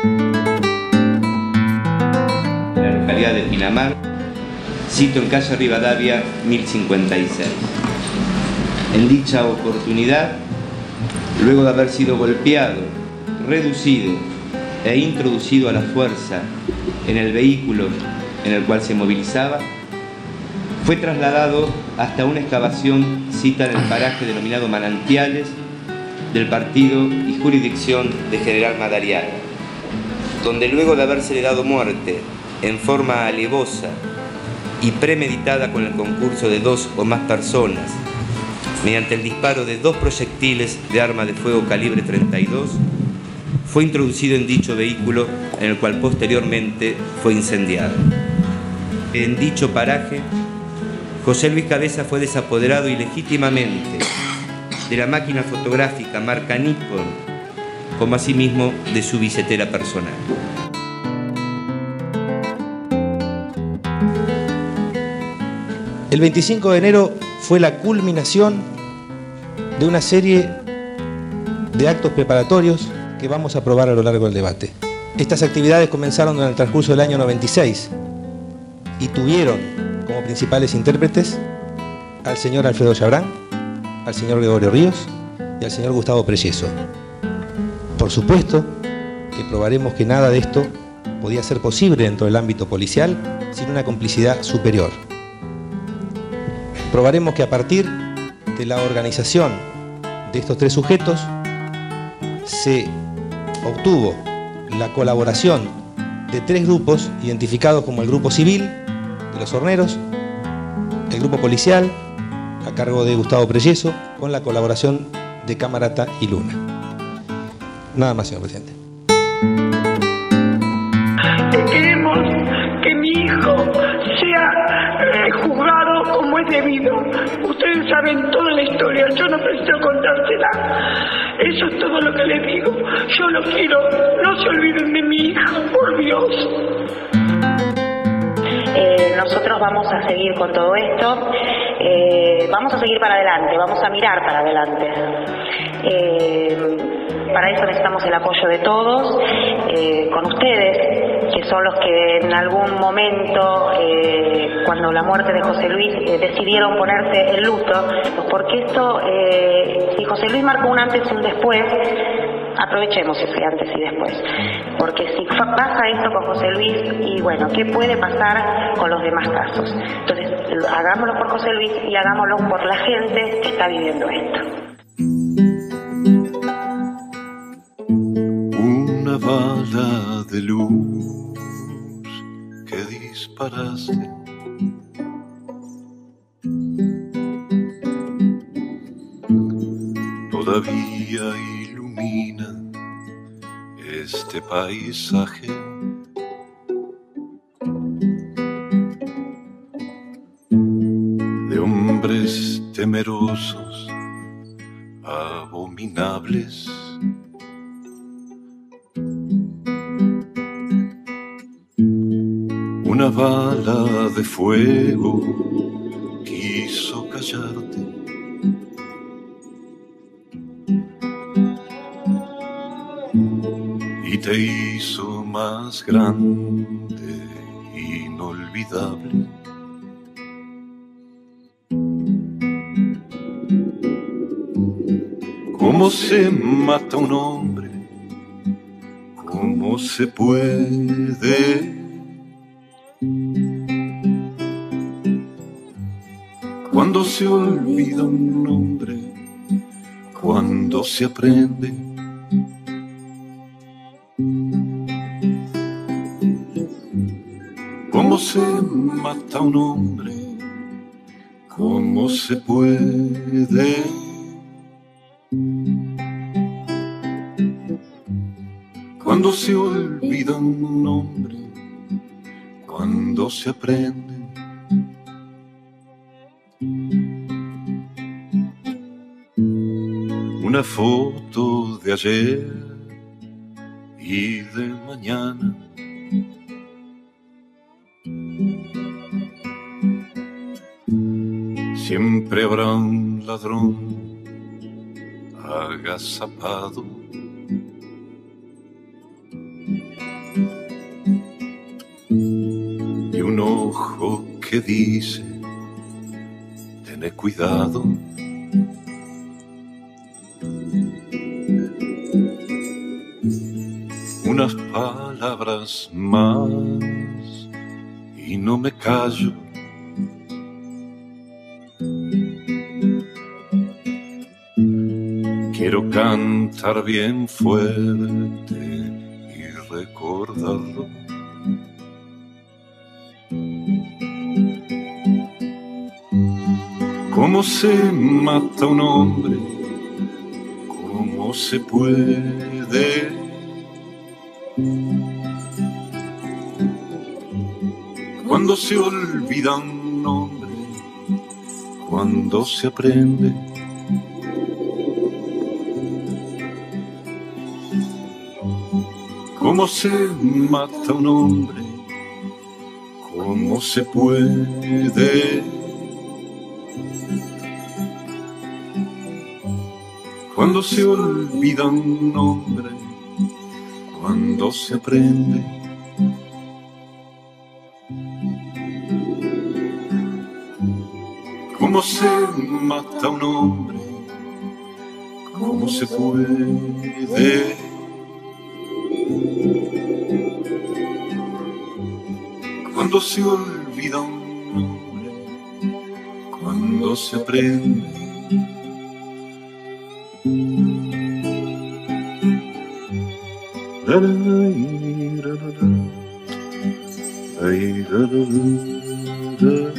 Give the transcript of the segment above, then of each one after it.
En la localidad de Pinamar, sito en calle Rivadavia 1056. En dicha oportunidad, luego de haber sido golpeado, reducido e introducido a la fuerza en el vehículo en el cual se movilizaba, fue trasladado hasta una excavación cita en el paraje denominado Manantiales del partido y jurisdicción de General Madariaga, donde luego de habérsele dado muerte en forma alevosa y premeditada con el concurso de 2 o más personas, mediante el disparo de 2 proyectiles de arma de fuego calibre 32, fue introducido en dicho vehículo, en el cual posteriormente fue incendiado. En dicho paraje, José Luis Cabeza fue desapoderado ilegítimamente de la máquina fotográfica marca Nikon, como asimismo de su billetera personal. El 25 de enero fue la culminación de una serie de actos preparatorios que vamos a probar a lo largo del debate. Estas actividades comenzaron en el transcurso del año 96 y tuvieron como principales intérpretes al señor Alfredo Chabrán, al señor Gregorio Ríos y al señor Gustavo Prelleso. Por supuesto que probaremos que nada de esto podía ser posible dentro del ámbito policial sin una complicidad superior. Probaremos que a partir de la organización de estos 3 sujetos se obtuvo la colaboración de 3 grupos identificados como el Grupo Civil de los Horneros, el Grupo Policial a cargo de Gustavo Prelleso, con la colaboración de Camarata y Luna. Nada más, señor presidente. Queremos que mi hijo sea juzgado como es debido. Ustedes saben toda la historia, yo no preciso contársela. Eso es todo lo que les digo. Yo lo quiero, no se olviden de mi hijo, por Dios. Nosotros vamos a seguir con todo esto, vamos a seguir para adelante, vamos a mirar para adelante. Para eso necesitamos el apoyo de todos, con ustedes, que son los que en algún momento, cuando la muerte de José Luis, decidieron ponerse el luto, porque esto, si José Luis marcó un antes y un después, aprovechemos ese antes y después, porque si pasa esto con José Luis, y bueno, ¿qué puede pasar con los demás casos? Entonces, hagámoslo por José Luis y hagámoslo por la gente que está viviendo esto. Una bala de luz que disparaste todavía ilumina este paisaje. De hombres temerosos, abominables. Una bala de fuego quiso callarte. Y te hizo más grande, inolvidable. ¿Cómo se mata un hombre? ¿Cómo se puede? Cuando se olvida un nombre, cuando se aprende. ¿Cómo se mata un hombre? ¿Cómo se puede? Cuando se olvida un nombre, cuando se aprende. Una foto de ayer y de mañana. Siempre habrá un ladrón agazapado. y un ojo que dice: tené cuidado. Unas palabras más y no me callo. Quiero cantar bien fuerte y recordarlo. ¿Cómo se mata un hombre? ¿Cómo se puede? Cuando se olvida un nombre, cuando se aprende. ¿Cómo se mata un hombre? ¿Cómo se puede? Cuando se olvida un nombre, cuando se aprende. ¿Cómo se mata un hombre? ¿Cómo se puede? Cuando se olvida un nombre, cuando se aprende. La, la, la, la, la, la, la.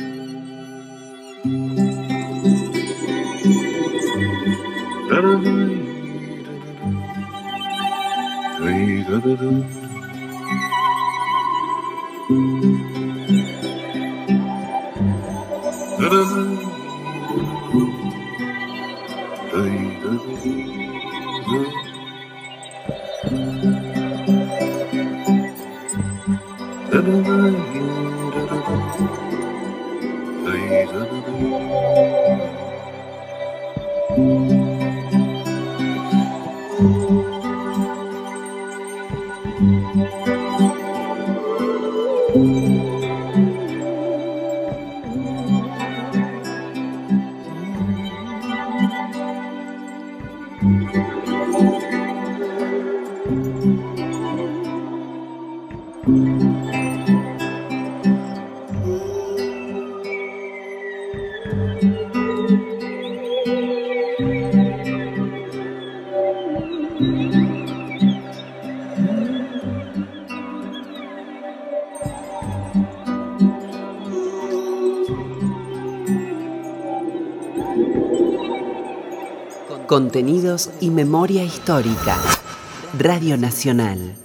Contenidos y memoria histórica. Radio Nacional.